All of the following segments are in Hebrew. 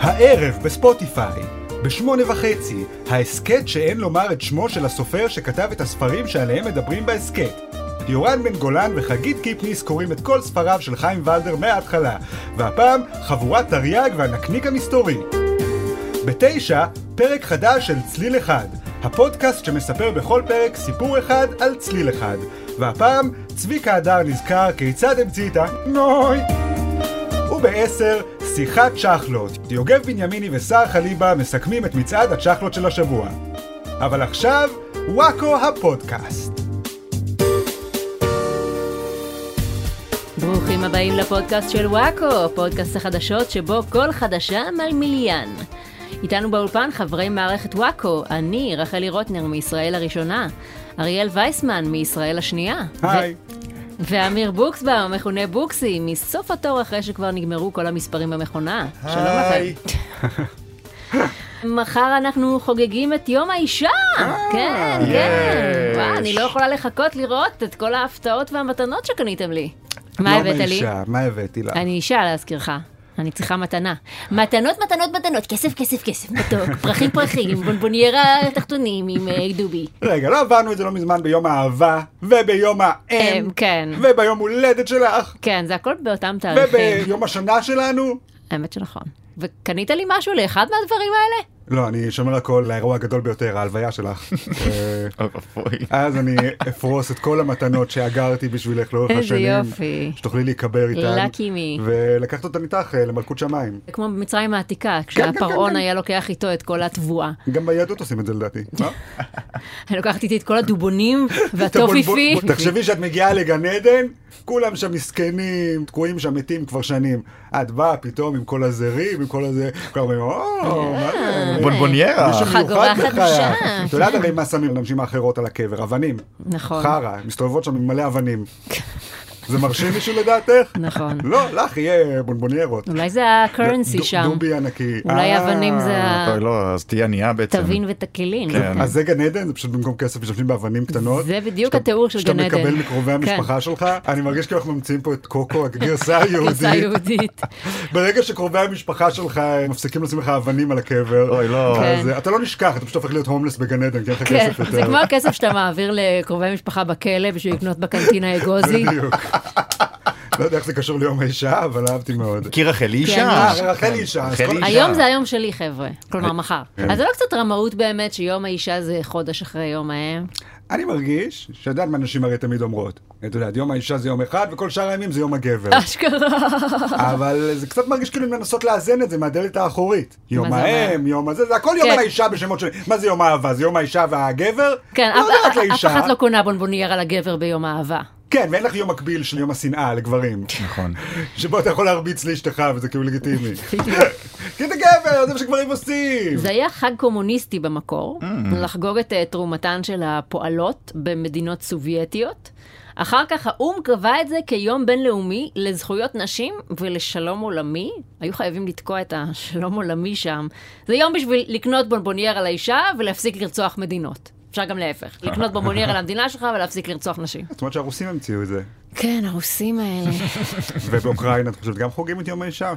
הערב בספוטיפיי, ב8:30, ההסקט שאין לומר את שמו של הסופר שכתב את הספרים שעליהם מדברים בהסקט. יורן בן גולן וחגית קיפניס קוראים את כל ספריו של חיים ולדר מההתחלה, והפעם חבורת תרי"ג והנקניק המסתורי. ב9, פרק חדש של צליל אחד, הפודקאסט שמספר בכל פרק סיפור אחד על צליל אחד, והפעם צביקה הדר נזכר כיצד המציא את הנוי. וב10, שיחת צ'חלות, יוגב בנימיני ושר חליבה מסכמים את מצעד הצ'חלות של השבוע. אבל עכשיו, וואקו הפודקאסט. ברוכים הבאים לפודקאסט של וואקו, פודקאסט החדשות שבו כל חדשה מלמיליאן. איתנו באולפן חברי מערכת וואקו, אני רחלי רוטנר מישראל הראשונה, אריאל וייסמן מישראל השנייה. היי. ואמיר בוקסבאום, מכונה בוקסי, מסוף התור אחרי שכבר נגמרו כל המספרים במכונה. שלום לכם. מחר אנחנו חוגגים את יום האישה. כן, כן. וואו, אני לא יכולה לחכות לראות את כל ההפתעות והמתנות שקניתם לי. מה הבאת לי? יום האישה, מה הבאתי לה? אני אישה להזכירך. אני צריכה מתנה. מתנות, מתנות, מתנות. כסף, כסף, כסף. מתוק. פרחים, פרחים. בונבוניירה תחתונים עם דובי. רגע, לא עברנו את זה לא מזמן ביום האהבה, וביום האם. כן. וביום הולדת שלך. כן, זה הכל באותם תאריכים. וביום השנה שלנו. האמת שנכון. וקנית לי משהו לאחד מהדברים האלה? לא, אני שומר הכל לאירוע הגדול ביותר, ההלוויה שלך. אז אני אפרוס את כל המתנות שאגרתי בשבילך לאורך השנים. איזה יופי. שתוכלי להיקבר איתן. לקי מי. ולקחת אותן איתך למלכות שמיים. כמו במצרים העתיקה, כשהפרעון היה לוקח איתו את כל התבואה. גם ביהדות עושים את זה לדעתי. אני לוקחת איתי את כל הדובונים והטופיפי. תחשבי שאת מגיעה לגן עדן, כולם שם מסכנים, תקועים שם מתים כבר שנים. את באה פתאום עם כל הזרים, עם כל הזה, כולם אומרים, מה זה? בונבוניירה. חגורה חדשה. אתה יודע הרי מה שמים לאנשים האחרות על הקבר? אבנים. נכון. חרה, מסתובבות שם עם מלא אבנים. זה מרשים מישהו לדעתך? נכון. לא, לך יהיה בונבוניירות. אולי זה הקרנסי שם. דובי ענקי. אולי אבנים זה לא, אז תהיה ענייה בעצם. תבין ותקלין. אז זה גן עדן, זה פשוט במקום כסף משתמשים באבנים קטנות. זה בדיוק התיאור של גן עדן. שאתה מקבל מקרובי המשפחה שלך. אני מרגיש כאילו אנחנו ממציאים פה את קוקו, הגרסה היהודית. ברגע שקרובי המשפחה שלך מפסיקים לשים לך אבנים על הקבר, אוי לא. אתה לא נשכח, אתה פשוט הופך להיות הומלס בגן עדן, כי אין לך כסף יותר. זה כמו הכסף שאתה מעביר לקרובי משפחה בכלא בשביל לקנות בקנטינה אגוזי. בדיוק. לא יודע איך זה קשור ליום האישה, אבל אהבתי מאוד. כי רחלי אישה. רחלי אישה. היום זה היום שלי, חבר'ה. כלומר, מחר. אז זה לא קצת רמאות באמת שיום האישה זה חודש אחרי יום האם? אני מרגיש שיודעת מה נשים הרי תמיד אומרות. אתה יודע, יום האישה זה יום אחד, וכל שאר הימים זה יום הגבר. אשכרה. אבל זה קצת מרגיש כאילו לנסות לאזן את זה מהדלת האחורית. יום האם, יום הזה, זה הכל יום האישה בשמות שלי. מה זה יום האהבה? זה יום האישה והגבר? כן, אף אחד לא קונה בונבוניירה לגבר ביום האהבה. כן, ואין לך יום מקביל של יום השנאה לגברים. נכון. שבו אתה יכול להרביץ לאשתך, וזה כאילו לגיטימי. כי אתה גבר, זה מה שגברים עושים. זה היה חג קומוניסטי במקור, לחגוג את תרומתן של הפועלות במדינות סובייטיות. אחר כך האום קבע את זה כיום בינלאומי לזכויות נשים ולשלום עולמי. היו חייבים לתקוע את השלום עולמי שם. זה יום בשביל לקנות בונבוניירה לאישה ולהפסיק לרצוח מדינות. אפשר גם להפך. לקנות בונבוניירה למדינה שלך ולהפסיק לרצוח נשים. זאת אומרת שהרוסים המציאו את זה. כן, הרוסים האלה. ובאוקראינה, את חושבת, גם חוגגים את יום האישה?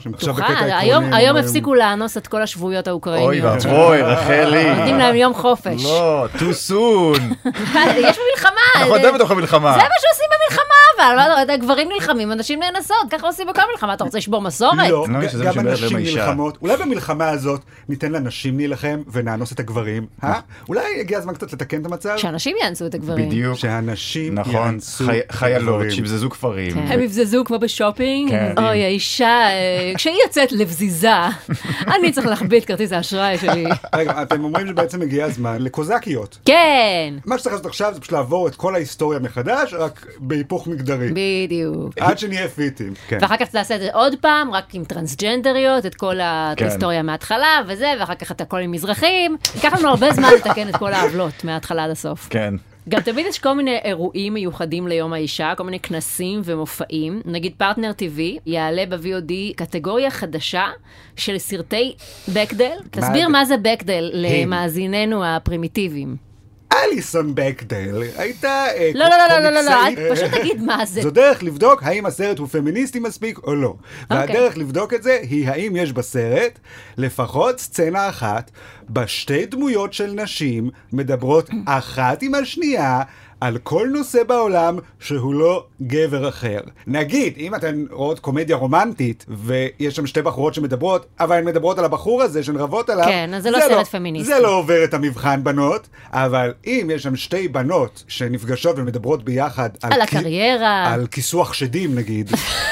היום הפסיקו לאנוס את כל השבויות האוקראיניות. אוי, רחלי. נותנים להם יום חופש. לא, too soon. יש במלחמה. אנחנו עדיין בתוך המלחמה. זה מה שעושים במלחמה, אבל גברים נלחמים, אנשים נאנסות, ככה עושים בכל מלחמה. אתה רוצה לשבור מסורת? לא, גם אנשים נלחמות. אולי במלחמה הזאת ניתן לנשים להילחם ונאנוס את הגברים. אולי הגיע הזמן קצת לתקן את המצב? שאנשים יאנסו את הגברים. בדיוק. שהנשים יאנסו חיילות, שיבזזו כפרים. הם יבזזו כמו בשופינג. אוי, האישה, כשהיא יוצאת לבזיזה, אני צריך להחביא את כרטיס האשראי שלי. רגע, אתם אומרים שבעצם הגיע הזמן לקוזקיות. כן. מה שצריך לעשות עכשיו זה פשוט לעבור את כל ההיסטוריה מחדש, רק בהיפוך מגדרי. בדיוק. עד שנהיה פיטים. ואחר כך תעשה את זה עוד פעם, רק עם טרנסג'נדריות, את כל ההיסטוריה מההתחלה וזה, ואחר כך את הכל עם מזרחים. ייקח לנו הרבה זמן לתקן את כל העוולות מההתחלה עד הסוף. כן. גם תמיד יש כל מיני אירועים מיוחדים ליום האישה, כל מיני כנסים ומופעים. נגיד פרטנר TV יעלה ב-VOD קטגוריה חדשה של סרטי בקדל. תסביר מה זה בקדל למאזיננו הפרימיטיביים. אליסון בקדל הייתה לא, פשוט תגיד מה זה. זו דרך לבדוק האם הסרט הוא פמיניסטי מספיק או לא. והדרך לבדוק את זה היא האם יש בסרט לפחות סצנה אחת בשתי דמויות של נשים מדברות אחת עם השנייה על כל נושא בעולם שהוא לא גבר אחר. נגיד, אם אתן רואות קומדיה רומנטית, ויש שם שתי בחורות שמדברות, אבל הן מדברות על הבחור הזה, שהן רבות עליו, כן, אז זה לא סרט פמיניסטי. זה לא עובר את המבחן בנות, אבל אם יש שם שתי בנות שנפגשות ומדברות ביחד על הקריירה, על כיסוח שדים נגיד,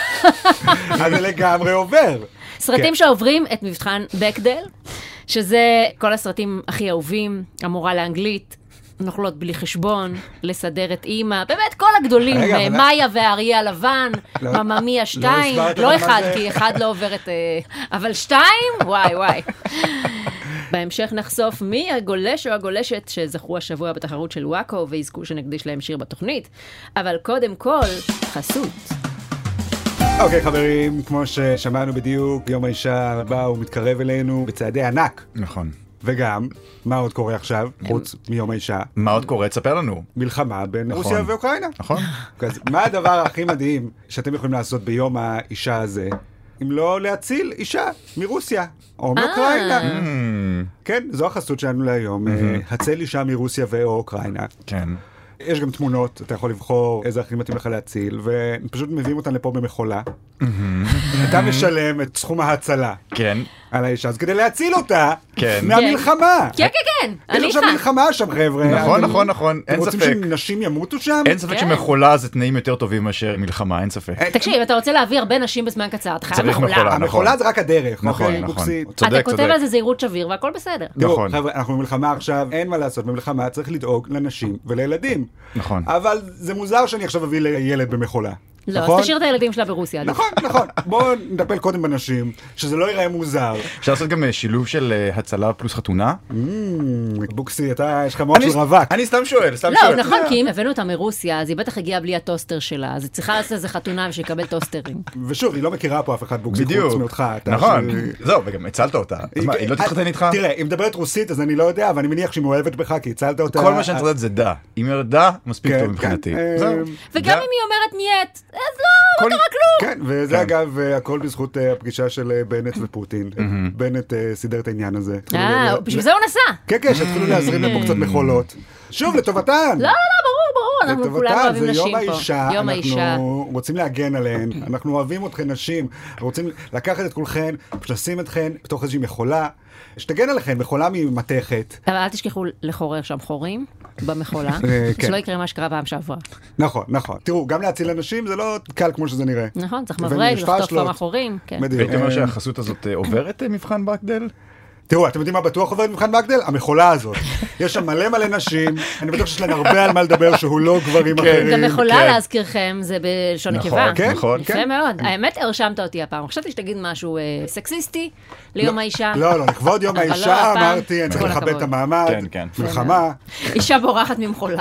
אז זה לגמרי עובר. סרטים שעוברים את מבחן בקדל, שזה כל הסרטים הכי אהובים, המורה לאנגלית, נוכלות בלי חשבון, לסדר את אימא, באמת כל הגדולים, מאיה והאריה הלבן, מממיה 2, לא אחד, כי אחד לא עובר את... אבל 2? וואי. בהמשך נחשוף מי הגולש או הגולשת שזכו השבוע בתחרות של וואקו, ויזכו שנקדיש להם שיר בתוכנית. אבל קודם כל, חסות. אוקיי חברים, כמו ששמענו בדיוק, יום האישה הבא הוא מתקרב אלינו בצעדי ענק. נכון. וגם, מה עוד קורה עכשיו, חוץ מיום האישה? מה עוד קורה? תספר לנו. מלחמה בין רוסיה ואוקראינה. נכון. אז מה הדבר הכי מדהים שאתם יכולים לעשות ביום האישה הזה, אם לא להציל אישה מרוסיה או מאוקראינה? כן, זו החסות שלנו להיום. הצל אישה מרוסיה ואו אוקראינה. כן. יש גם תמונות, אתה יכול לבחור איזה הכי מתאים לך להציל, ופשוט מביאים אותן לפה במחולה. אתה משלם את סכום ההצלה. כן. על האישה, אז כדי להציל אותה כן. מהמלחמה. כן. יש עכשיו מלחמה שם, חבר'ה. נכון. אתם רוצים שנשים ימותו שם? אין ספק שמחולה זה תנאים יותר טובים מאשר מלחמה, אין ספק. תקשיב, אתה רוצה להביא הרבה נשים בזמן קצר, אתה חייב מחולה. המחולה זה רק הדרך. נכון. אתה כותב על זה זהירות שביר והכל בסדר. תראו, חבר'ה, אנחנו במלחמה עכשיו, אין מה לעשות, במלחמה צריך לדאוג לנשים ולילדים. נכון. אבל זה מוזר שאני עכשיו אביא לילד במחולה. לא, אז תשאיר את הילדים שלה ברוסיה. נכון. בואו נטפל קודם בנשים, שזה לא ייראה מוזר. אפשר לעשות גם שילוב של הצלה פלוס חתונה? בוקסי, יש לך מוח של רווק. אני סתם שואל. לא, נכון, כי אם הבאנו אותה מרוסיה, אז היא בטח הגיעה בלי הטוסטר שלה, אז היא צריכה לעשות איזה חתונה ושיקבל טוסטרים. ושוב, היא לא מכירה פה אף אחד בוקסי חוץ מאותך. נכון, זהו, וגם הצלת אותה. אז מה, היא לא תתחתן איתך? תראה, היא מדברת רוסית, אז אני לא יודע, אבל אני מניח שהיא מאוהבת בך, כי הצלת אותה. כל מה שאני צריך לדעת זה דה. אם היא אומרת דה, מספיק טוב מבחינתי. וגם אם היא אומרת נייט, אז לא קרה כלום. כן, וזה אגב, הכל בזכות הפגישה של בנט ופוטין. בנט סידר את העניין הזה. בשביל זה הוא נסע. כן, שהתחילו להזרים לפה קצת מחולות. שוב, לטובתן. לא, ברור, אנחנו כולנו אוהבים נשים פה. יום האישה. אנחנו רוצים להגן עליהן, אנחנו אוהבים אתכן נשים, רוצים לקחת את כולכן, לשים אתכן בתוך איזושהי מחולה, שתגן עליכן, מחולה ממתכת. אבל אל תשכחו לחורר שם חורים במחולה, שלא יקרה מה שקרה פעם שעברה. נכון. תראו, גם להציל אנשים זה לא קל כמו שזה נראה. נכון, צריך מברג, לחטוף פעם החורים. והייתי אומר שהחסות הזאת עוברת מבחן בקדל? תראו, אתם יודעים מה בטוח עוברת מבחן בקדל? המחולה הזאת. יש שם מלא נשים, אני בטוח שיש להן הרבה על מה לדבר שהוא לא גברים אחרים. גם מחולה להזכירכם, זה בלשון נקבה. נכון. יפה מאוד. האמת, הרשמת אותי הפעם. חשבתי שתגיד משהו סקסיסטי ליום האישה. לא, לכבוד יום האישה אמרתי, אני צריך לכבד את המעמד, מלחמה. אישה בורחת ממחולה.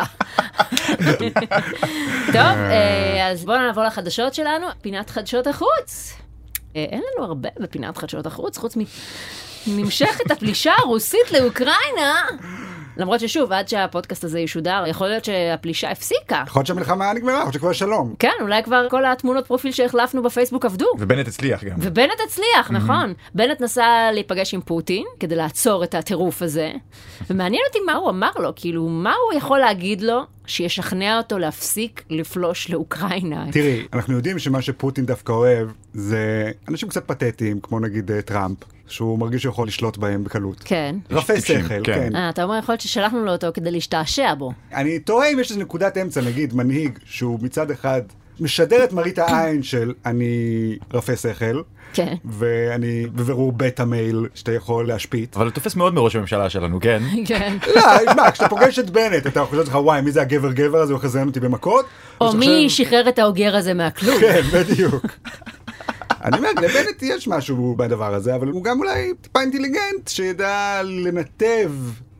טוב, אז בואו נעבור לחדשות שלנו. פינת חדשות החוץ. אין לנו הרבה בפינת חדשות החוץ, חוץ נמשכת הפלישה הרוסית לאוקראינה. למרות ששוב, עד שהפודקאסט הזה ישודר, יכול להיות שהפלישה הפסיקה. יכול להיות שהמלחמה נגמרה, יכול להיות שכבר שלום. כן, אולי כבר כל התמונות פרופיל שהחלפנו בפייסבוק עבדו. ובנט הצליח גם. ובנט הצליח, נכון. בנט נסע להיפגש עם פוטין, כדי לעצור את הטירוף הזה. ומעניין אותי מה הוא אמר לו, כאילו, מה הוא יכול להגיד לו שישכנע אותו להפסיק לפלוש לאוקראינה. תראי, אנחנו יודעים שמה שפוטין דווקא אוהב, זה אנשים קצת פתטיים, כמו נגיד טראמפ. שהוא מרגיש שיכול לשלוט בהם בקלות. כן. רפי שכל, כן. אתה אומר, יכול להיות ששלחנו לו אותו כדי להשתעשע בו. אני תוהה אם יש איזו נקודת אמצע, נגיד, מנהיג, שהוא מצד אחד משדר את מראית העין של אני רפי שכל, כן. ואני בבירור בית המייל שאתה יכול להשפיט. אבל הוא תופס מאוד מראש הממשלה שלנו, כן? כן. לא, מה, כשאתה פוגש את בנט, אתה חושב לך, וואי, מי זה הגבר הזה, הוא חזרם אותי במכות? או מי שחרר את האוגר הזה מהכלום. כן, בדיוק. אני אומר, לבנט יש משהו בדבר הזה, אבל הוא גם אולי טיפה אינטליגנט שידע לנתב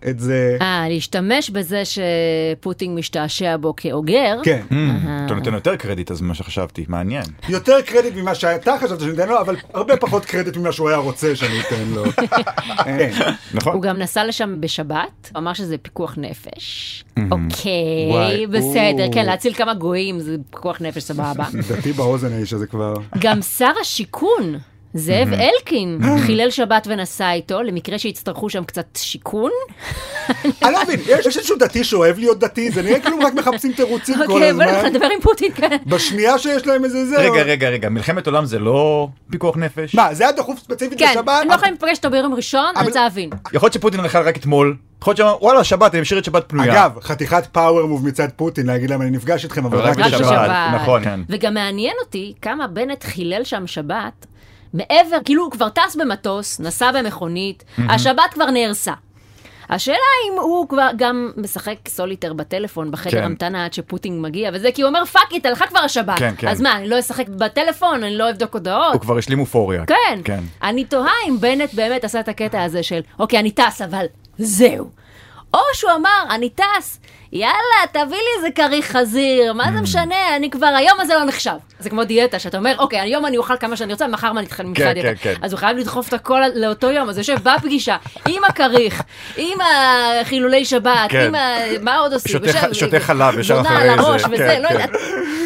את זה. להשתמש בזה שפוטין משתעשע בו כאוגר. כן. אתה נותן יותר קרדיט אז ממה שחשבתי, מעניין. יותר קרדיט ממה שאתה חשבת שאני אתן לו, אבל הרבה פחות קרדיט ממה שהוא היה רוצה שאני אתן לו. נכון. הוא גם נסע לשם בשבת, הוא אמר שזה פיקוח נפש. אוקיי, בסדר, כן, להציל כמה גויים זה פיקוח נפש, סבבה. דתי באוזן האיש הזה כבר. גם שר השיכון, זאב אלקין, חילל שבת ונסע איתו, למקרה שהצטרכו שם קצת שיכון. אני לא מבין, יש איזשהו דתי שאוהב להיות דתי, זה נראה כאילו רק מחפשים תירוצים כל הזמן. אוקיי, בוא נדבר עם פוטין, כן. בשנייה שיש להם איזה זהו. רגע, מלחמת עולם זה לא פיקוח נפש? מה, זה היה דחוף ספציפית כן, לשבת? הם לא יכולים לפגש אותו ביום ראשון, אני רוצה להבין. יכול להיות שפוטין נחל רק אתמול, יכול להיות שאמר, וואלה, שבת, אני משאיר את שבת פנויה. אגב, חתיכת פאוור מוב מצד פוטין, להגיד להם, אני נפגש איתכם, אבל רק בשבת. נכון, כן. וגם מעניין אותי כמה בנט חילל שם שבת, מעבר, כאילו הוא כבר טס במטוס, נסע במכונית, השבת כבר נהרסה. השאלה אם הוא כבר גם משחק סוליטר בטלפון בחדר המתנה עד שפוטין מגיע, וזה כי הוא אומר, פאק איט, הלכה כבר השבת. אז מה, אני לא אשחק בטלפון, אני לא אבדוק הודעות. הוא כבר השלים אופוריה. כן. אני תוהה אם בנט באמת עשה את הקטע הזה של, אוקיי, אני טס, אבל זהו. או שהוא אמר, אני טס, יאללה, תביא לי איזה כריך חזיר, מה זה משנה, אני כבר, היום הזה לא נחשב. זה כמו דיאטה, שאתה אומר, אוקיי, היום אני אוכל כמה שאני רוצה, מחר מה נתחיל ממך דיאטה. אז הוא חייב לדחוף את הכל לאותו יום, אז יושב בפגישה, עם הכריך, עם החילולי שבת, עם מה עוד עושים? שותה חלב, ישר אחרי זונה על הראש וזה, לא יודעת.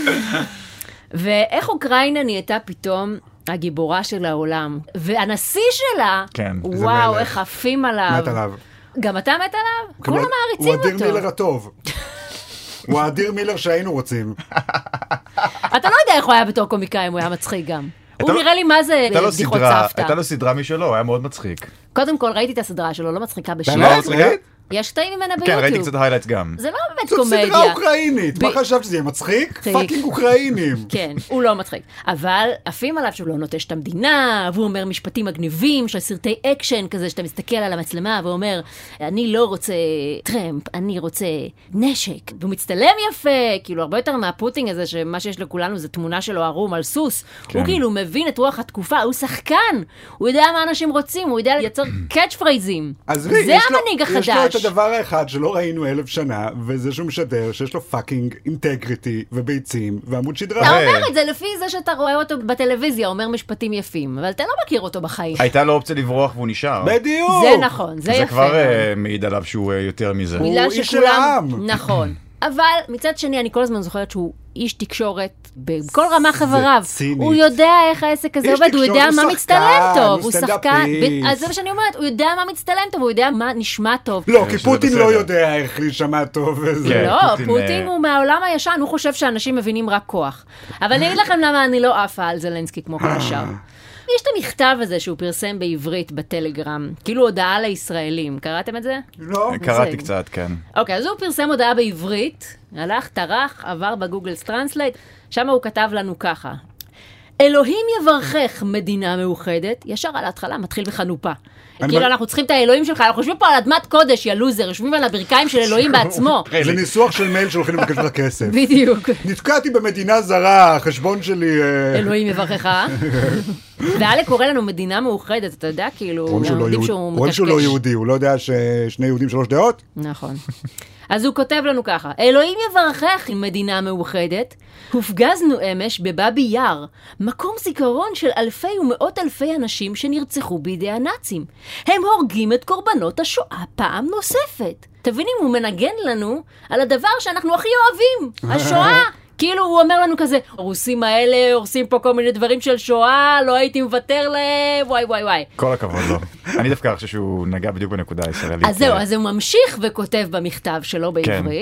ואיך אוקראינה נהייתה פתאום הגיבורה של העולם, והנשיא שלה, וואו, איך עפים עליו. מת עליו. גם אתה מת עליו? כולם מעריצים אותו. הוא אדיר מילר הטוב. הוא האדיר מילר שהיינו רוצים. אתה לא יודע איך הוא היה בתור קומיקאי, אם הוא היה מצחיק גם. הוא נראה לי מה זה בדיחות סבתא. הייתה לו סדרה משלו, הוא היה מאוד מצחיק. קודם כל ראיתי את הסדרה שלו, לא מצחיקה בשביל. לא מצחיקת? יש קטעים ממנה ביוטיוב. כן, ראיתי קצת היילייטס גם. זה לא באמת זאת קומדיה. סדרה אוקראינית. מה חשבת שזה יהיה מצחיק? פאקינג אוקראינים. כן, הוא לא מצחיק. אבל עפים עליו שהוא לא נוטש את המדינה, והוא אומר משפטים מגניבים של סרטי אקשן כזה, שאתה מסתכל על המצלמה ואומר, אני לא רוצה טרמפ, אני רוצה נשק. והוא מצטלם יפה, כאילו הרבה יותר מהפוטינג הזה, שמה שיש לכולנו זה תמונה שלו ערום על סוס. הוא כאילו מבין את רוח התקופה, הוא שחקן. הוא יודע מה אנשים רוצים, הוא יודע לייצר קאץ' פרייזים. זה המנהיג החדש. הדבר האחד שלא ראינו 1000 שנה, וזה שהוא משדר שיש לו פאקינג אינטגריטי וביצים ועמוד שדרה. אתה אומר את זה לפי זה שאתה רואה אותו בטלוויזיה, אומר משפטים יפים, אבל אתה לא מכיר אותו בחיים. הייתה לו אופציה לברוח והוא נשאר. בדיוק. זה נכון, זה יפה. זה כבר מעיד עליו שהוא יותר מזה. הוא איש של העם. נכון. אבל מצד שני, אני כל הזמן זוכרת שהוא איש תקשורת בכל רמה חבריו. הוא יודע איך העסק הזה עובד, הוא יודע מה מצטלם טוב, הוא שחקן. אז זה מה שאני אומרת, הוא יודע מה מצטלם טוב, הוא יודע מה נשמע טוב. לא, כי פוטין לא יודע איך להישמע טוב. לא, פוטין הוא מהעולם הישן, הוא חושב שאנשים מבינים רק כוח. אבל אני אגיד לכם למה אני לא עפה על זלנסקי כמו כל השאר. יש את המכתב הזה שהוא פרסם בעברית בטלגרם, כאילו הודעה לישראלים. קראתם את זה? לא. קראתי קצת, כן. אוקיי, אז הוא פרסם הודעה בעברית, הלך, טרח, עבר בגוגל טרנסלייט, שם הוא כתב לנו ככה. אלוהים יברכך מדינה מאוחדת, ישר על ההתחלה מתחיל בחנופה. כאילו אנחנו צריכים את האלוהים שלך, אנחנו חושבים פה על אדמת קודש, יא לוזר, יושבים על הברכיים של אלוהים בעצמו. זה ניסוח של מייל שהולכים לבקש לך כסף. בדיוק. נתקעתי במדינה זרה, החשבון שלי... אלוהים יברכך. ואלה קורא לנו מדינה מאוחדת, אתה יודע, כאילו, יודעים שהוא מקשקש. רואים שהוא לא יהודי, הוא לא יודע ששני יהודים 3 דעות? נכון. אז הוא כותב לנו ככה, אלוהים יברכך עם מדינה מאוחדת, הופגזנו אמש בבאבי יאר, מקום זיכרון של אלפי ומאות אלפי אנשים שנרצחו בידי הנאצים. הם הורגים את קורבנות השואה פעם נוספת. תבינים, הוא מנגן לנו על הדבר שאנחנו הכי אוהבים, השואה. כאילו הוא אומר לנו כזה, הרוסים האלה הורסים פה כל מיני דברים של שואה, לא הייתי מוותר להם, וואי וואי וואי. כל הכבוד לו. אני דווקא חושב שהוא נגע בדיוק בנקודה הישראלית. אז זהו, אז הוא ממשיך וכותב במכתב שלו בעברית.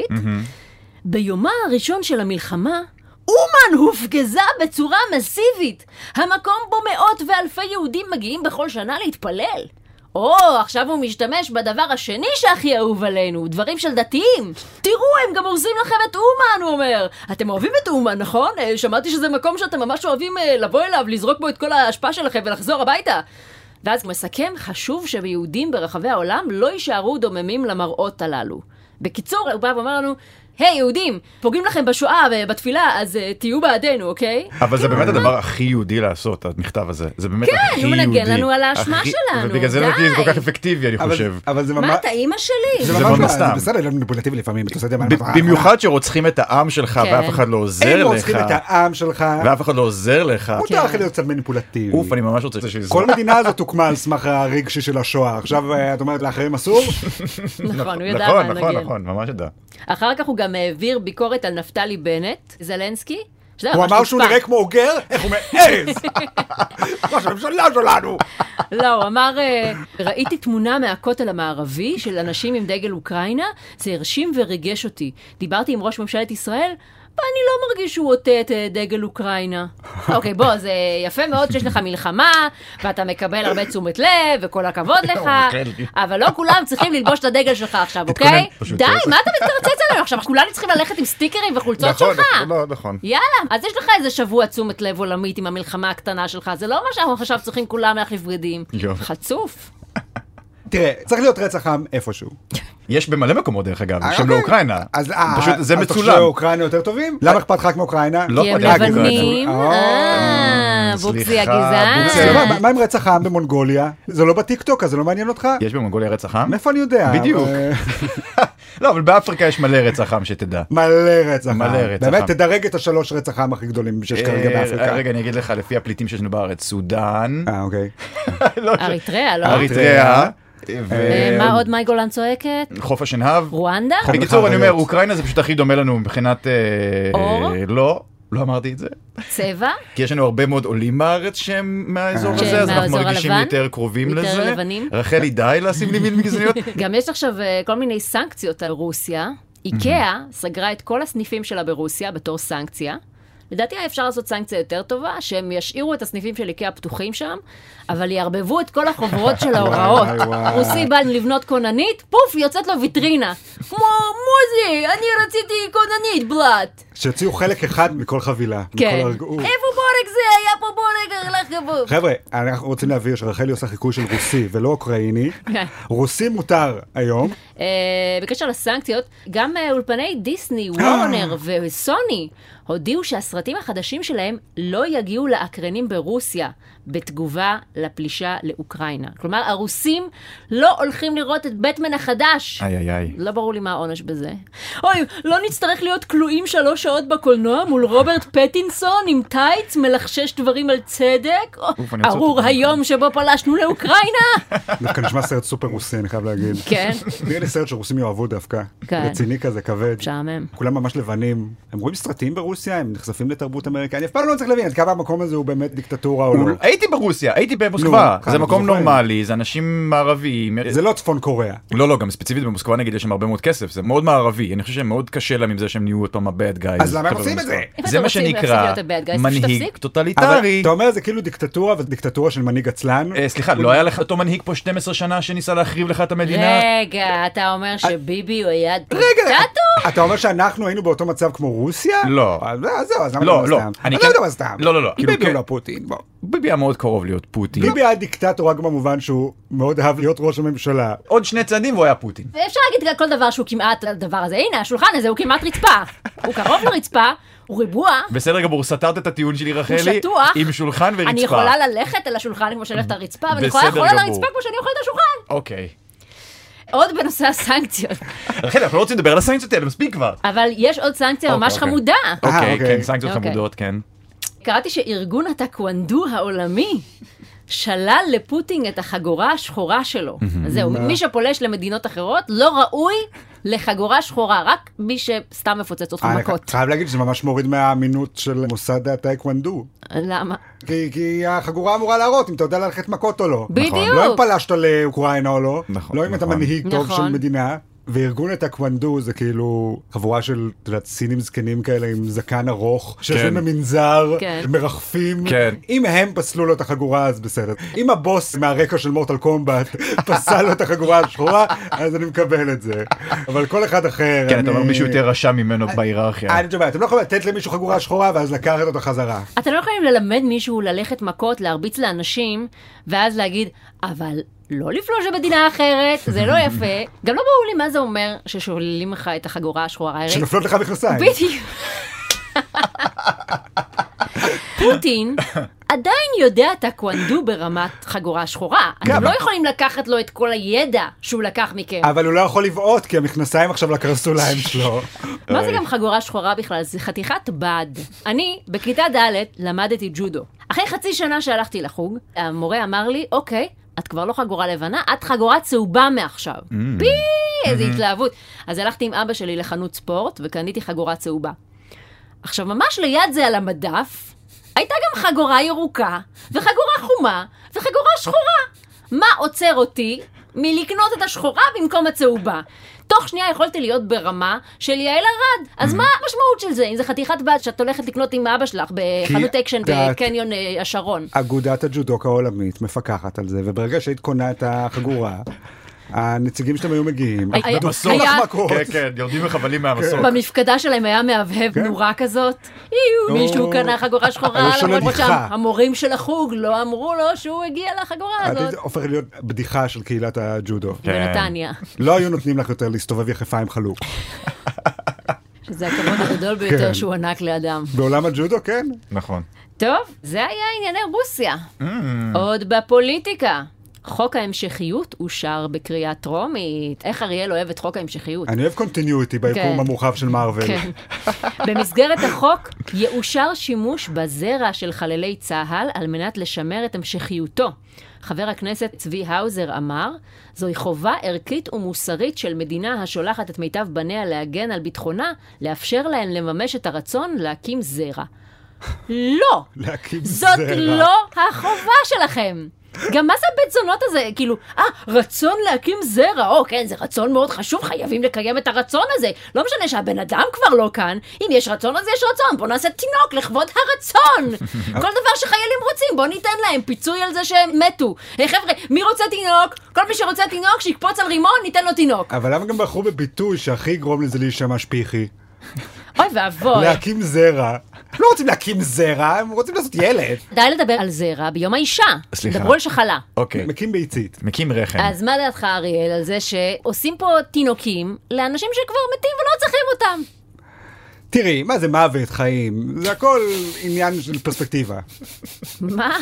ביומה הראשון של המלחמה, אומן הופגזה בצורה מסיבית. המקום בו מאות ואלפי יהודים מגיעים בכל שנה להתפלל. עכשיו הוא משתמש בדבר השני שהכי אהוב עלינו, דברים של דתיים. תראו, הם גם הורסים לכם את אומן, הוא אומר. אתם אוהבים את אומן, נכון? שמעתי שזה מקום שאתם ממש אוהבים לבוא אליו, לזרוק בו את כל ההשפעה שלכם ולחזור הביתה. ואז הוא מסכם, חשוב שביהודים ברחבי העולם לא יישארו דוממים למראות הללו. בקיצור, הוא בא ואומר לנו, היי יהודים, פוגעים לכם בשואה ובתפילה, אז תהיו בעדנו, אוקיי? אבל זה באמת הדבר הכי יהודי לעשות, המכתב הזה. זה באמת הכי יהודי. כן, הוא מנגן לנו על האשמה שלנו. ובגלל זה זה כל כך אפקטיבי, אני חושב. אבל זה ממש... מה, אתה אימא שלי? זה ממש סתם. זה בסדר, לא מניפולטיבי לפעמים. במיוחד שרוצחים את העם שלך, ואף אחד לא עוזר לך. הם רוצחים את העם שלך. ואף אחד לא עוזר לך. מותר לך להיות קצת מניפולטיבי. אוף, אני ממש רוצה שזה... כל מדינה הזאת הוקמה על סמך הרגשי של השואה. עכשיו את אומרת לאחרים אסור? נכון, הוא ידע מה נגן. נכון, ממש ידע. אחר כך הוא גם העביר ביקורת על נפתלי בנט, זלנסקי. הוא אמר שהוא נראה כמו אוגר, איך הוא מעז? ראש הממשלה שלנו. לא, הוא אמר, ראיתי תמונה מהכותל המערבי של אנשים עם דגל אוקראינה, זה הרשים וריגש אותי. דיברתי עם ראש ממשלת ישראל, ואני לא מרגיש שהוא עוטה את דגל אוקראינה. אוקיי, בוא, זה יפה מאוד שיש לך מלחמה, ואתה מקבל הרבה תשומת לב, וכל הכבוד לך, אבל לא כולם צריכים ללבוש את הדגל שלך עכשיו, אוקיי? די, מה אתה מתרצץ עלינו עכשיו? כולנו צריכים ללכת עם סטיקרים וחולצות שלך? נכון. יאללה, אז יש לך איזה שבוע תשומת לב עולמית עם המלחמה הקטנה שלך, זה לא מה שאנחנו עכשיו צריכים כולם להחליף בגדים. חצוף. תראה, צריך להיות רצח עם איפשהו. יש במלא מקומות דרך אגב, שהם לאוקראינה. פשוט זה מצולם. אז אתה חושב שאוקראינה יותר טובים? למה אכפת לך מאוקראינה? כי הם לבנים. בוקסי הגזען. מה עם רצח עם במונגוליה? זה לא בטיקטוק, אז זה לא מעניין אותך? יש במונגוליה רצח עם? מאיפה אני יודע? בדיוק. לא, אבל באפריקה יש מלא רצח עם שתדע. מלא רצח עם. באמת, תדרג את השלוש רצח עם הכי גדולים שיש כרגע באפריקה. רגע, אני אגיד לך, לפי הפליטים שיש לנו בארץ, סודן. אוקיי. אריתריאה, לא? אריתריאה. מה עוד מאי גולן צועקת? חוף השנהב. רואנדה? בקיצור, אני אומר, אוקראינה זה פשוט הכי דומה לנו מבחינת... אור? לא אמרתי את זה. צבע? כי יש לנו הרבה מאוד עולים בארץ שהם מהאזור הזה, אז אנחנו מרגישים יותר קרובים לזה. יותר לבנים. רחלי, די לשים לי מין גזעניות. גם יש עכשיו כל מיני סנקציות על רוסיה. איקאה סגרה את כל הסניפים שלה ברוסיה בתור סנקציה. לדעתי אפשר לעשות סנקציה יותר טובה, שהם ישאירו את הסניפים של איקאה פתוחים שם, אבל יערבבו את כל החוברות של ההוראות. רוסי בא לבנות קוננית, פוף, יוצאת לו ויטרינה. כמו מוזי, אני רציתי קוננית, בלט. שיוציאו חלק אחד מכל חבילה. כן. איפה בורג זה? היה פה בורג, הלך גבור. חבר'ה, אנחנו רוצים להבהיר שרחלי עושה חיקוי של רוסי ולא אוקראיני. רוסי מותר היום. בקשר לסנקציות, גם אולפני דיסני, וורנר וסוני הודיעו שהסרטים החדשים שלהם לא יגיעו לאקרנים ברוסיה בתגובה לפלישה לאוקראינה. כלומר, הרוסים לא הולכים לראות את בטמן החדש. לא ברור לי מה העונש בזה. אוי, לא נצטרך להיות כלואים 3 שעות בקולנוע מול רוברט פטינסון עם טייץ מלחשש דברים על צדק. ארור היום שבו פלשנו לאוקראינה. דווקא נשמע סרט סופר רוסי, אני חייב להגיד. כן. נראה לי סרט שרוסים יאהבו דווקא. רציני כזה, כבד. משעמם. כולם ממש לבנים. הם רואים סרטים ברוסיה, הם נחשפים לתרבות אמריקה. אני אף פעם לא צריך להבין עד כמה המקום הזה הוא באמת דיקטטורה או לא. הייתי ברוסיה, הייתי במוסקבה. זה מקום נורמלי, זה אנשים מערביים. זה לא צפון קוריאה. לא, גם ספציפית במוסקבה נגיד יש שם הרבה מאוד כסף. זה מאוד מערבי. אני חושב שמאוד קשה להם עם זה שהם נהיו אותם ה-bad guys. אז למה הם עושים את זה? זה מה שנקרא מנהיג טוטליטרי. אתה אומר זה כאילו דיקטטורה ודיקטטורה של מנהיג עצלן. סליחה, לא היה לך אותו מנהיג פה 12 שנה שניסה להחריב לך את המדינה? רגע, אתה אומר שביבי הוא היה דיקטטור? אתה אומר שאנחנו היינו באותו מצב כמו רוסיה? לא. אז זהו, אז למה אתה אומר סתם? אני לא יודע מה סתם. לא. ביבי הוא לא פוטין, בוא. ביבי היה מאוד קרוב להיות פוטין. ביבי היה דיקטטור רק במובן שהוא מאוד אהב להיות ראש הממשלה. עוד 2 צעדים והוא היה פוטין. ואפשר להגיד כל דבר שהוא כמעט הדבר הזה. הנה, השולחן הזה הוא כמעט רצפה. הוא קרוב לרצפה, הוא ריבוע. בסדר גמור, סתרת את הטיעון שלי רחלי. הוא שטוח. עם שולחן ורצפה. אני יכולה ללכת על השולחן כמו שאני הולכת על הרצפה, ואני יכולה לאכול על הרצפה כמו שאני אוכלת על השולחן. אוקיי. עוד בנושא הסנקציות. רחלי, אנחנו לא רוצים לדבר על הסנקציות האלה, מספיק כבר. אבל יש עוד סנקציה ממש חמודה. אוקיי, כן, סנקציות חמודות, כן. קראתי שארגון הטקוונדו העולמי שלל לפוטין את החגורה השחורה שלו. אז זהו, מי שפולש למדינות אחרות לא ראוי לחגורה שחורה, רק מי שסתם מפוצץ אותך מכות. אני חייב להגיד שזה ממש מוריד מהאמינות של מוסד הטקוונדו. למה? כי החגורה אמורה להראות אם אתה יודע ללכת מכות או לא. בדיוק. לא אם פלשת לאוקראינה או לא. לא אם אתה מנהיג טוב של מדינה. וארגון הטקוונדו זה כאילו חבורה של סינים זקנים כאלה עם זקן ארוך, שיושבים במנזר, מרחפים. אם הם פסלו לו את החגורה אז בסדר. אם הבוס מהרקע של מורטל קומבט פסל לו את החגורה השחורה, אז אני מקבל את זה. אבל כל אחד אחר... כן, אתה אומר מישהו יותר רשע ממנו בהיררכיה. אתם לא יכולים לתת למישהו חגורה שחורה ואז לקחת אותו חזרה. אתם לא יכולים ללמד מישהו ללכת מכות, להרביץ לאנשים, ואז להגיד, אבל לא לפלוש במדינה אחרת, זה לא יפה. גם לא ברור לי מה זה אומר ששוללים לך את החגורה השחורה. שנופלות לך מכנסיים. בדיוק. פוטין עדיין יודע טקוונדו ברמת חגורה שחורה. אתם לא יכולים לקחת לו את כל הידע שהוא לקח מכם. אבל הוא לא יכול לבעוט, כי המכנסיים עכשיו לקרסוליים שלו. מה זה גם חגורה שחורה בכלל? זה חתיכת בד. אני, בכיתה ד' למדתי ג'ודו. אחרי חצי שנה שהלכתי לחוג, המורה אמר לי, אוקיי, את כבר לא חגורה לבנה, את חגורה צהובה מעכשיו. איזה התלהבות. אז הלכתי עם אבא שלי לחנות ספורט, וקניתי חגורה צהובה. עכשיו, ממש ליד זה על המדף, הייתה גם חגורה ירוקה, וחגורה חומה, וחגורה שחורה. מה עוצר אותי מלקנות את השחורה במקום הצהובה? תוך שנייה יכולתי להיות ברמה של יעל ארד. אז מה המשמעות של זה? אם זה חתיכת בד שאת הולכת לקנות עם אבא שלך בחנות אקשן בקניון השרון. אגודת הג'ודוקה העולמית מפקחת על זה, וברגע שהיית קונה את החגורה, הנציגים שלהם היו מגיעים. במסוק. כן, כן, יורדים מחבלים מהמסוק. במפקדה שלהם היה מהבהב נורה כזאת. מישהו קנה חגורה שחורה, למרות שהמורים של החוג לא אמרו לו שהוא הגיע לחגורה הזאת. את הופכת להיות בדיחה של קהילת הג'ודו. בנתניה. לא היו נותנים לך יותר להסתובב יחפה עם חלוק. שזה הכבוד הגדול ביותר שהוא ענק לאדם. בעולם הג'ודו, כן. נכון. טוב, זה היה ענייני רוסיה. עוד בפוליטיקה. חוק ההמשכיות אושר בקריאה טרומית. איך אריאל אוהב את חוק ההמשכיות? אני אוהב קונטיניוטי ביקום המורחב של מארוול. כן. במסגרת החוק יאושר שימוש בזרע של חללי צה"ל על מנת לשמר את המשכיותו. חבר הכנסת צבי האוזר אמר, זוהי חובה ערכית ומוסרית של מדינה השולחת את מיטב בניה להגן על ביטחונה, לאפשר להן לממש את הרצון להקים זרע. לא! להקים זאת זרע. לא החובה שלכם. גם מה זה הבית זונות הזה? כאילו, רצון להקים זרע, כן, זה רצון מאוד חשוב, חייבים לקיים את הרצון הזה. לא משנה שהבן אדם כבר לא כאן, אם יש רצון אז יש רצון, בוא נעשה תינוק לכבוד הרצון. כל דבר שחיילים רוצים, בוא ניתן להם פיצוי על זה שהם מתו. חבר'ה, מי רוצה תינוק? כל מי שרוצה תינוק, שיקפוץ על רימון, ניתן לו תינוק. אבל למה גם בחרו בביטוי שהכי יגרום לזה להישמע שפיחי? אוי ואבוי. להקים זרע. לא רוצים להקים זרע, הם רוצים לעשות ילד. די לדבר על זרע ביום האישה. סליחה. דברו על שחלה. אוקיי. מקים ביצית. מקים רחם. אז מה דעתך, אריאל, על זה שעושים פה תינוקים לאנשים שכבר מתים ולא צריכים אותם? תראי, מה זה מוות, חיים? זה הכל עניין של פרספקטיבה. מה?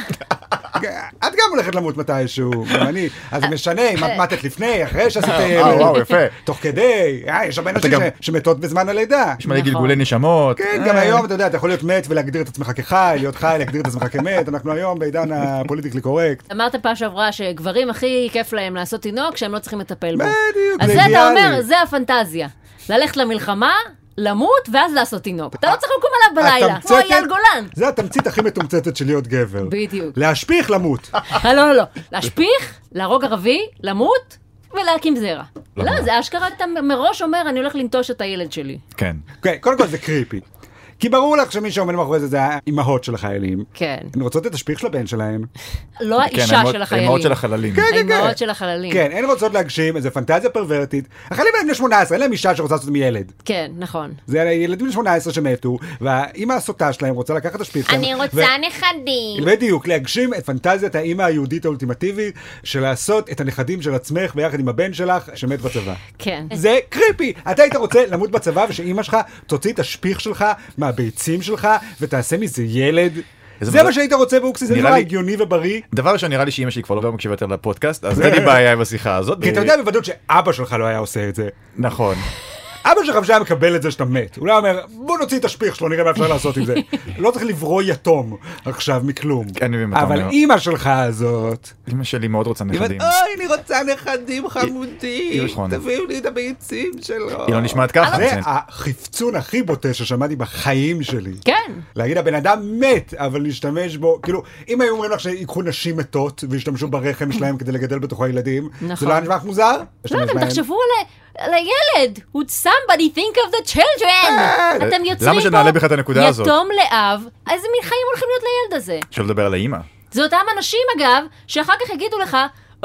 את גם הולכת למות מתישהו, גם אני. אז זה משנה אם את מתת לפני, אחרי שעשית ילד. וואו, יפה. תוך כדי. יש הרבה אנשים שמתות בזמן הלידה. יש מלא גלגולי נשמות. כן, גם היום, אתה יודע, אתה יכול להיות מת ולהגדיר את עצמך כחי, להיות חי, להגדיר את עצמך כמת. אנחנו היום בעידן הפוליטיקלי קורקט. אמרת פעם שעברה שגברים הכי כיף להם לעשות תינוק שהם לא צריכים לטפל בו. בדיוק, אז זה זה אתה אומר, אידיאלי. זה הפנטזיה. ללכת למלחמה, למות, ואז לעשות תינוק. אתה לא צריך לקום עליו בלילה, כמו אייל גולן. זה התמצית הכי מתומצתת של להיות גבר. בדיוק. להשפיך, למות. לא. להשפיך, להרוג ערבי, למות, ולהקים זרע. לא, זה אשכרה, אתה מראש אומר, אני הולך לנטוש את הילד שלי. כן. כן, קודם כל זה קריפי. כי ברור לך שמי שעומד מאחורי זה, זה האימהות של החיילים. כן. הן רוצות את השפיך של הבן שלהם. לא האישה של החיילים. האימהות של החללים. האימהות של החללים. כן, הן רוצות להגשים איזו פנטזיה פרוורטית. החיילים הם בני 18, אין להם אישה שרוצה לעשות מילד. כן, נכון. זה ילדים בני 18 שמתו, והאימא הסוטה שלהם רוצה לקחת את השפיך שלהם. אני רוצה נכדים. בדיוק, להגשים את פנטזיית האימא היהודית האולטימטיבית, של לעשות את הנכדים של עצמך ביחד עם הבן שלך שמת בצבא. כן. זה קריפי. אתה היית רוצה למות בצבא ושאימא שלך תוציא את השפיך שלך מהביצים שלך ותעשה מזה ילד. זה מה שהיית רוצה באוקסי, זה נראה הגיוני ובריא. דבר ראשון, נראה לי שאמא שלי כבר לא מקשיבה יותר לפודקאסט, אז אין לי בעיה עם השיחה הזאת. כי אתה יודע בוודאות שאבא שלך לא היה עושה את זה. נכון. אבא שלך שהיה מקבל את זה שאתה מת. הוא לא אומר, בוא נוציא את השפיך שלו, נראה מה אפשר לעשות עם זה. לא צריך לברוא יתום עכשיו מכלום. אבל אמא שלך הזאת... אמא שלי מאוד רוצה נכדים. אוי, אני רוצה נכדים חמודים. תביאו לי את הביצים שלו. היא לא נשמעת ככה. זה החפצון הכי בוטה ששמעתי בחיים שלי. כן. להגיד, הבן אדם מת, אבל להשתמש בו, כאילו, אם היו אומרים לך שיקחו נשים מתות והשתמשו ברחם שלהם כדי לגדל בתוכו ילדים, זה לא נשמע מוזר? לא, אתם תחשבו על הילד. Would somebody think of the children? אתם יוצרים למה שנעלה בכלל את הנקודה הזאת? יתום לאב, איזה מין חיים הולכים להיות לילד הזה? אפשר לדבר על האמא. זה אותם אנשים, אגב, שאחר כך יגידו לך,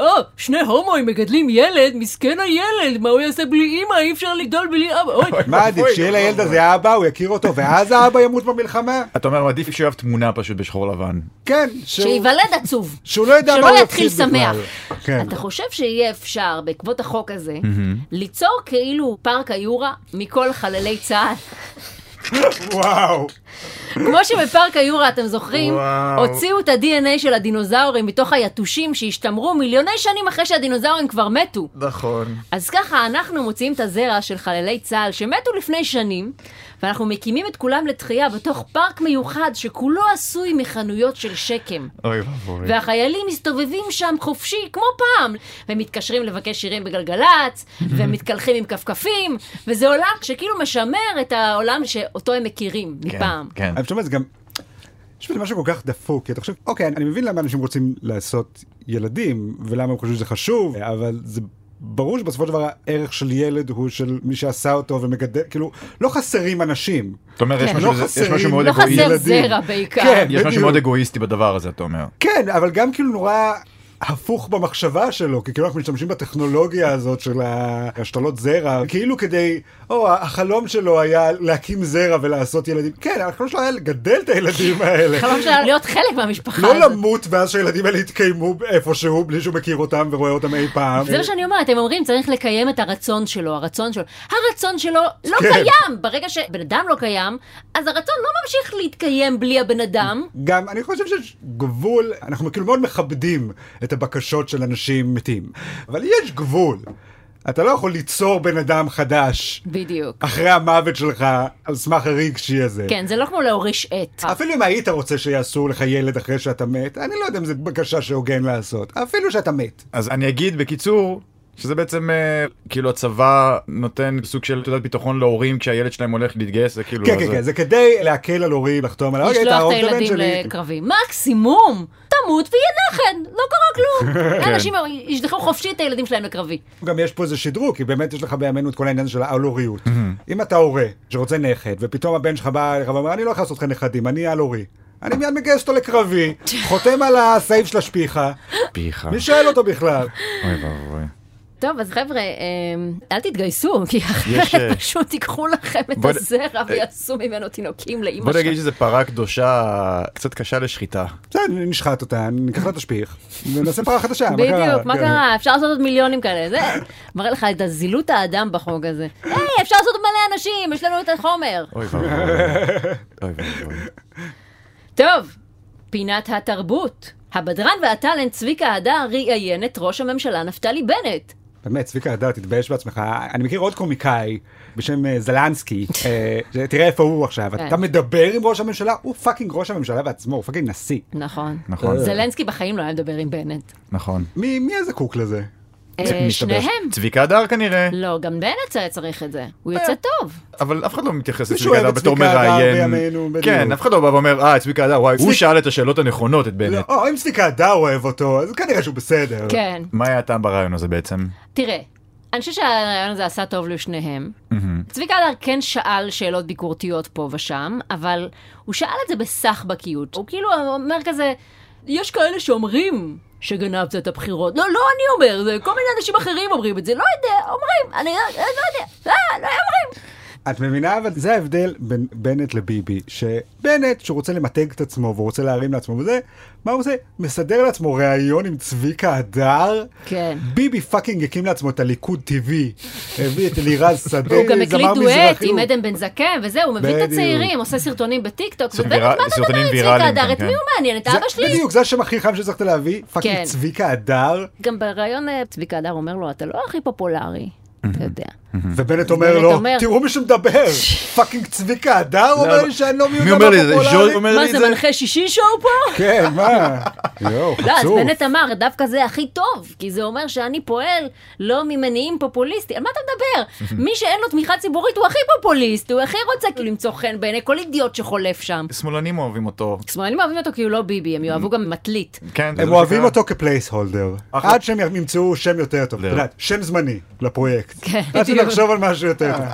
שני הומואים מגדלים ילד, מסכן הילד, מה הוא יעשה בלי אמא, אי אפשר לגדול בלי אבא. מה עדיף, שיהיה לילד הזה אבא, הוא יכיר אותו, ואז האבא ימות במלחמה? אתה אומר, עדיף שיואב תמונה פשוט בשחור לבן. כן. שיוולד עצוב. שהוא לא ידע מה הוא יתחיל יפסיד בכלל. שמח. אתה חושב שיהיה אפשר, בעקבות החוק הזה, ליצור כאילו פארק היורה מכל חללי צה"ל? וואו. כמו שבפארק היורה, אתם זוכרים, הוציאו את ה-DNA של הדינוזאורים מתוך היתושים שהשתמרו מיליוני שנים אחרי שהדינוזאורים כבר מתו. נכון. אז ככה אנחנו מוציאים את הזרע של חללי צה"ל שמתו לפני שנים, ואנחנו מקימים את כולם לתחייה בתוך פארק מיוחד שכולו עשוי מחנויות של שקם. אוי ואבוי. והחיילים מסתובבים שם חופשי כמו פעם, והם מתקשרים לבקש שירים בגלגלץ, והם מתקלחים עם כפכפים, וזה עולם שכאילו משמר את העולם שאותו הם מכירים מפעם. כן. אני חושב, גם יש בזה משהו כל כך דפוק, כי אתה חושב, אוקיי, אני מבין למה אנשים רוצים לעשות ילדים, ולמה הם חושבים שזה חשוב, אבל זה ברור שבסופו של דבר הערך של ילד הוא של מי שעשה אותו ומגדל, כאילו, לא חסרים אנשים. זאת אומרת, יש משהו מאוד לא אגואיסטי. חסר זרע בעיקר. כן, יש משהו מאוד אגואיסטי בדבר הזה, אתה אומר. כן, אבל גם כאילו נורא הפוך במחשבה שלו, כי כאילו אנחנו משתמשים בטכנולוגיה הזאת של השתלות זרע, כאילו כדי, החלום שלו היה להקים זרע ולעשות ילדים. כן, החלום שלו היה לגדל את הילדים האלה. החלום שלו להיות חלק מהמשפחה לא הזאת. למות ואז שהילדים האלה יתקיימו איפשהו, בלי שהוא מכיר אותם ורואה אותם אי פעם. זה מה שאני אומרת, הם אומרים, צריך לקיים את הרצון שלו, הרצון שלו לא קיים. ברגע שבן אדם לא קיים, אז הרצון לא ממשיך להתקיים בלי הבן אדם. גם, אני חושב שיש גבול, אנחנו כאילו מאוד מכבדים את הבקשות של אנשים מתים. אבל יש גבול. אתה לא יכול ליצור בן אדם חדש. בדיוק. אחרי המוות שלך, על סמך הרגשי הזה. כן, זה לא כמו להוריש עט. אפילו אם היית רוצה שיעשו לך ילד אחרי שאתה מת, אני לא יודע אם זו בקשה שהוגן לעשות. אפילו שאתה מת. אז אני אגיד בקיצור, שזה בעצם כאילו הצבא נותן סוג של תעודת ביטחון להורים כשהילד שלהם הולך להתגייס, זה כאילו... כן, כן, כן, זה כדי להקל על הורים, לחתום על... לשלוח את הילדים לקרבי. מקסימום! תמות ויהיה נכד, לא קרה כלום. אנשים ישלחו חופשי את הילדים שלהם לקרבי. גם יש פה איזה שדרוג, כי באמת יש לך בימינו את כל העניין של ההוריות. אם אתה הורה שרוצה נכד, ופתאום הבן שלך בא לך ואומר, אני לא יכול לעשות לך נכדים, אני על-הורי. אני מיד מגייס אותו לקרבי, חותם על הסעיף של השפיחה. מי שואל אותו בכלל? אוי ואבוי. טוב, אז חבר'ה, אל תתגייסו, כי אחרת פשוט תיקחו לכם את הזרע ויעשו ממנו תינוקים לאמא שלכם. בוא נגיד שזה פרה קדושה קצת קשה לשחיטה. בסדר, נשחט אותה, ניקח לה תשפיך, ונעשה פרה חדשה. בדיוק, מה קרה? אפשר לעשות עוד מיליונים כאלה. זה מראה לך את הזילות האדם בחוק הזה. אפשר לעשות מלא אנשים, יש לנו את החומר. אוי ואבוי. אוי ואבוי. טוב, פינת התרבות. הבדרן והטלנט צביקה הדר ראיין את ראש הממשלה נפתלי בנט. באמת, צביקה הדר, תתבייש בעצמך. אני מכיר עוד קומיקאי בשם זלנסקי, תראה איפה הוא עכשיו. אתה מדבר עם ראש הממשלה, הוא פאקינג ראש הממשלה בעצמו, הוא פאקינג נשיא. נכון. זלנסקי בחיים לא היה מדבר עם בנט. נכון. מי איזה קוק לזה? שניהם. צביקה הדר כנראה. לא, גם בנט היה צריך את זה. הוא יוצא טוב. אבל אף אחד לא מתייחס לצביקה הדר בתור מראיין. כן, אף אחד לא בא ואומר, צביקה הדר, וואי, הוא שאל את השאלות הנכונות, את בנט. אם צביקה הדר אוהב אותו, אז כנראה שהוא בסדר. כן. מה היה הטעם ברעיון הזה בעצם? תראה, אני חושב שהרעיון הזה עשה טוב לשניהם. צביקה הדר כן שאל שאלות ביקורתיות פה ושם, אבל הוא שאל את זה בסחבקיות. הוא כאילו אומר כזה, יש כאלה שאומרים שגנבת את הבחירות. לא, אני אומר, זה כל מיני אנשים אחרים אומרים את זה. לא יודע, אומרים, אני לא יודע, לא אומרים. את מבינה, אבל זה ההבדל בין בנט לביבי, שבנט, שהוא רוצה למתג את עצמו, והוא רוצה להרים לעצמו וזה, מה הוא עושה? מסדר לעצמו ראיון עם צביקה הדר. כן. ביבי פאקינג הקים לעצמו את הליכוד טבעי, הביא את אלירז שדה, הוא גם הקליט דואט עם עדן בן זקן, וזהו, הוא מביא את הצעירים, עושה סרטונים בטיקטוק, ובנט, מה אתה מדבר עם צביקה הדר? את מי הוא מעניין? את אבא שלי? בדיוק, זה השם הכי חם שצריכת להביא, פאקינג צביקה הדר. גם בראיון צביקה הדר אומר לו, אתה לא הכי פופולרי. אתה יודע. ובנט אומר לו, תראו מי שמדבר, פאקינג צביקה הדר אומר לי שאני לא מי יודע מה פופולרי. מה זה, מנחה שישי שואו פה? כן, מה? יואו, חצוף. לא, אז בנט אמר, דווקא זה הכי טוב, כי זה אומר שאני פועל לא ממניעים פופוליסטי. על מה אתה מדבר? מי שאין לו תמיכה ציבורית הוא הכי פופוליסט, הוא הכי רוצה למצוא חן בעיני כל אידיוט שחולף שם. שמאלנים אוהבים אותו. שמאלנים אוהבים אותו כי הוא לא ביבי, הם יאהבו גם מטלית. הם אוהבים אותו כפלייס הולדר. עד שהם ימצאו שם יותר טוב. שם זמני לפרויקט. עד שנחשוב על משהו יותר טוב.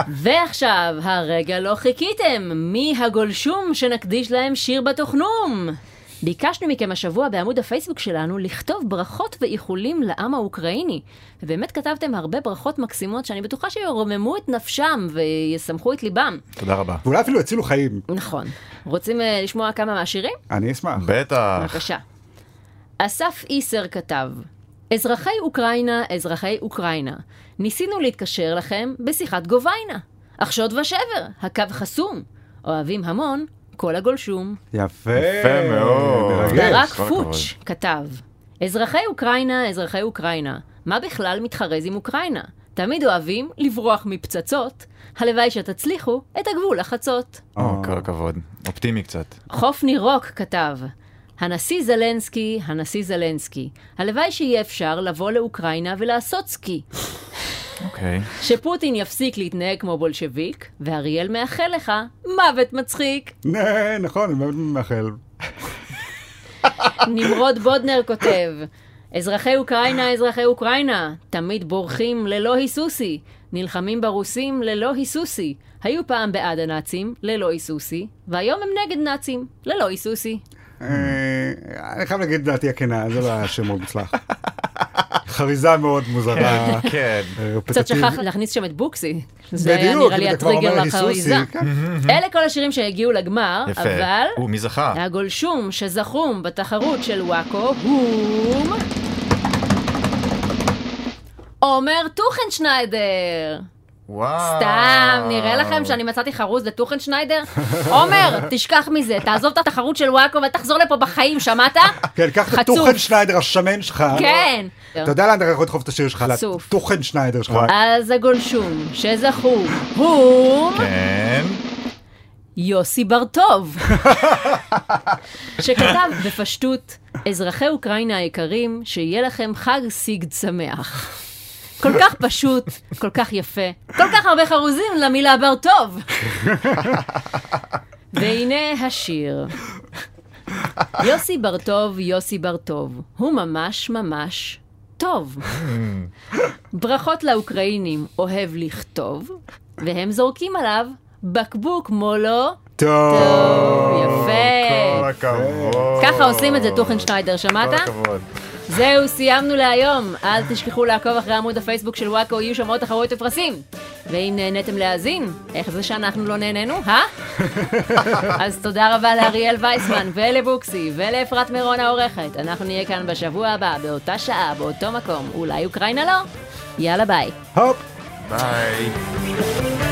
ועכשיו, הרגע לא חיכיתם. מי הגולשום שנקדיש להם שיר בתוכנום? ביקשנו מכם השבוע בעמוד הפייסבוק שלנו לכתוב ברכות ואיחולים לעם האוקראיני. ובאמת כתבתם הרבה ברכות מקסימות שאני בטוחה שירוממו את נפשם ויסמכו את ליבם. תודה רבה. ואולי אפילו הצילו חיים. נכון. רוצים לשמוע כמה מהשירים? אני אשמח. בטח. בבקשה. אסף איסר כתב, אזרחי אוקראינה, אזרחי אוקראינה, ניסינו להתקשר לכם בשיחת גוביינה. אך שוד ושבר, הקו חסום. אוהבים המון, כל הגולשום. יפה. יפה מאוד. מרגש. ברק כל פוץ' כתב, אזרחי אוקראינה, אזרחי אוקראינה, מה בכלל מתחרז עם אוקראינה? תמיד אוהבים לברוח מפצצות. הלוואי שתצליחו את הגבול לחצות. כל הכבוד. אופטימי קצת. חופני רוק כתב, הנשיא זלנסקי, הנשיא זלנסקי, הלוואי שיהיה אפשר לבוא לאוקראינה ולעשות סקי. אוקיי. שפוטין יפסיק להתנהג כמו בולשביק, ואריאל מאחל לך מוות מצחיק. נכון, אני מאוד מאחל. נמרוד בודנר כותב, אזרחי אוקראינה, אזרחי אוקראינה, תמיד בורחים ללא היסוסי, נלחמים ברוסים ללא היסוסי, היו פעם בעד הנאצים ללא היסוסי, והיום הם נגד נאצים ללא היסוסי. אני חייב להגיד דעתי הכנה, זה לא היה שם מאוד מוצלח. חריזה מאוד מוזרה. כן. קצת שכח להכניס שם את בוקסי. זה היה בדיוק, נראה לי אתה כבר אומר הטריגר היסוסי. לחריזה. אלה כל השירים שהגיעו לגמר, יפה. אבל מי זכה? הגולשום שזכום בתחרות של וואקו הוא עומר טוכנשניידר. וואו. סתם, נראה לכם שאני מצאתי חרוז לטוכנשניידר? עומר, תשכח מזה, תעזוב את התחרות של וואקו ותחזור לפה בחיים, שמעת? כן, קח את חצוף. טוכנשניידר השמן שלך. כן. אתה יודע לאן אתה יכול לדחוף את השיר שלך? חצוף. לטוכנשניידר שלך. אז הגולשום שזכו הוא כן. יוסי ברטוב, שכתב בפשטות, אזרחי אוקראינה היקרים, שיהיה לכם חג סיגד שמח. כל כך פשוט, כל כך יפה, כל כך הרבה חרוזים למילה ברטוב. והנה השיר. יוסי ברטוב, יוסי ברטוב, הוא ממש ממש טוב. ברכות לאוקראינים, אוהב לכתוב, והם זורקים עליו בקבוק מולו. טוב. יפה. כל הכבוד. ככה עושים את זה טוכנשניידר, שמעת? כל הכבוד. זהו, סיימנו להיום. אל תשכחו לעקוב אחרי עמוד הפייסבוק של וואקו, יהיו שם עוד תחרויות ופרסים. ואם נהניתם להאזין, איך זה שאנחנו לא נהנינו, אז תודה רבה לאריאל וייסמן ולבוקסי ולאפרת מירון העורכת. אנחנו נהיה כאן בשבוע הבא, באותה שעה, באותו מקום. אולי אוקראינה לא? יאללה ביי. הופ. ביי.